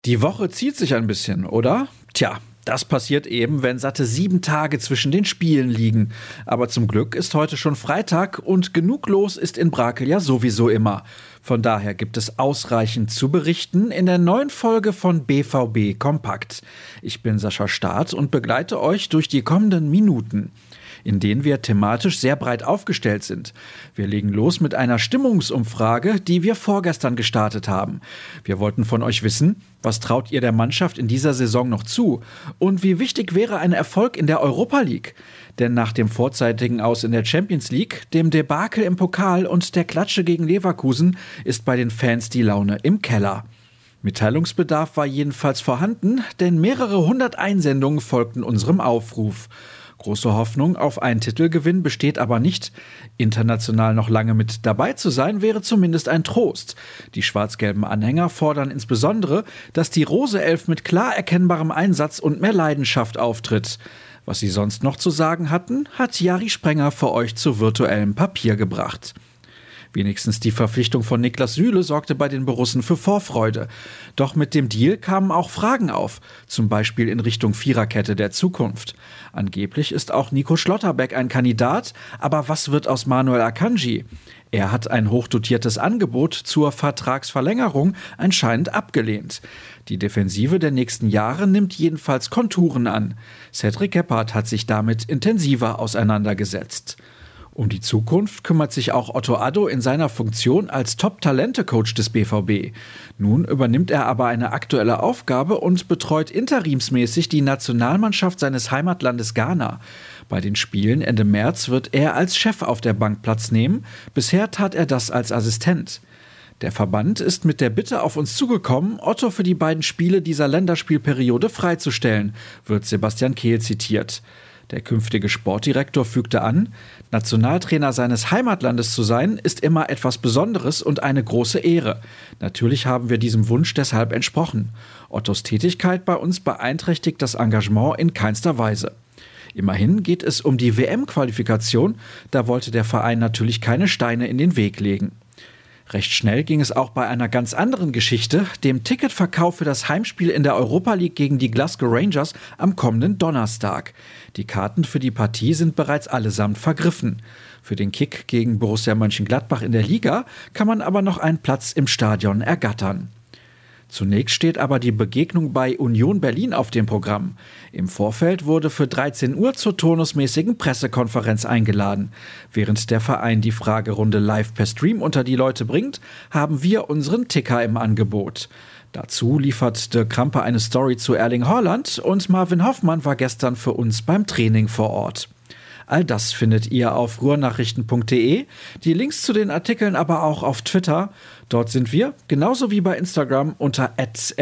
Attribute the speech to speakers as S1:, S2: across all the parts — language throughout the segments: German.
S1: Die Woche zieht sich ein bisschen, oder? Tja, das passiert eben, wenn satte 7 Tage zwischen den Spielen liegen. Aber zum Glück ist heute schon Freitag und genug los ist in Brakel ja sowieso immer. Von daher gibt es ausreichend zu berichten in der neuen Folge von BVB Kompakt. Ich bin Sascha Staat und begleite euch durch die kommenden Minuten, in denen wir thematisch sehr breit aufgestellt sind. Wir legen los mit einer Stimmungsumfrage, die wir vorgestern gestartet haben. Wir wollten von euch wissen, was traut ihr der Mannschaft in dieser Saison noch zu? Und wie wichtig wäre ein Erfolg in der Europa League? Denn nach dem vorzeitigen Aus in der Champions League, dem Debakel im Pokal und der Klatsche gegen Leverkusen ist bei den Fans die Laune im Keller. Mitteilungsbedarf war jedenfalls vorhanden, denn mehrere 100 Einsendungen folgten unserem Aufruf. Große Hoffnung auf einen Titelgewinn besteht aber nicht. International noch lange mit dabei zu sein, wäre zumindest ein Trost. Die schwarz-gelben Anhänger fordern insbesondere, dass die Rose Elf mit klar erkennbarem Einsatz und mehr Leidenschaft auftritt. Was sie sonst noch zu sagen hatten, hat Jari Sprenger für euch zu virtuellem Papier gebracht. Wenigstens die Verpflichtung von Niklas Süle sorgte bei den Borussen für Vorfreude. Doch mit dem Deal kamen auch Fragen auf, zum Beispiel in Richtung Viererkette der Zukunft. Angeblich ist auch Nico Schlotterbeck ein Kandidat, aber was wird aus Manuel Akanji? Er hat ein hochdotiertes Angebot zur Vertragsverlängerung anscheinend abgelehnt. Die Defensive der nächsten Jahre nimmt jedenfalls Konturen an. Cedric Gebhardt hat sich damit intensiver auseinandergesetzt. Um die Zukunft kümmert sich auch Otto Addo in seiner Funktion als Top-Talente-Coach des BVB. Nun übernimmt er aber eine aktuelle Aufgabe und betreut interimsmäßig die Nationalmannschaft seines Heimatlandes Ghana. Bei den Spielen Ende März wird er als Chef auf der Bank Platz nehmen. Bisher tat er das als Assistent. Der Verband ist mit der Bitte auf uns zugekommen, Otto für die beiden Spiele dieser Länderspielperiode freizustellen, wird Sebastian Kehl zitiert. Der künftige Sportdirektor fügte an, Nationaltrainer seines Heimatlandes zu sein, ist immer etwas Besonderes und eine große Ehre. Natürlich haben wir diesem Wunsch deshalb entsprochen. Ottos Tätigkeit bei uns beeinträchtigt das Engagement in keinster Weise. Immerhin geht es um die WM-Qualifikation, da wollte der Verein natürlich keine Steine in den Weg legen. Recht schnell ging es auch bei einer ganz anderen Geschichte, dem Ticketverkauf für das Heimspiel in der Europa League gegen die Glasgow Rangers am kommenden Donnerstag. Die Karten für die Partie sind bereits allesamt vergriffen. Für den Kick gegen Borussia Mönchengladbach in der Liga kann man aber noch einen Platz im Stadion ergattern. Zunächst steht aber die Begegnung bei Union Berlin auf dem Programm. Im Vorfeld wurde für 13 Uhr zur turnusmäßigen Pressekonferenz eingeladen. Während der Verein die Fragerunde live per Stream unter die Leute bringt, haben wir unseren Ticker im Angebot. Dazu liefert Dirk Krampe eine Story zu Erling Haaland und Marvin Hoffmann war gestern für uns beim Training vor Ort. All das findet ihr auf ruhrnachrichten.de, die Links zu den Artikeln aber auch auf Twitter. Dort sind wir, genauso wie bei Instagram, unter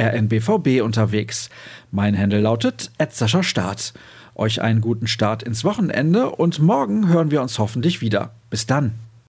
S1: @rnbvb unterwegs. Mein Handle lautet @SaschaStaat. Euch einen guten Start ins Wochenende und morgen hören wir uns hoffentlich wieder. Bis dann.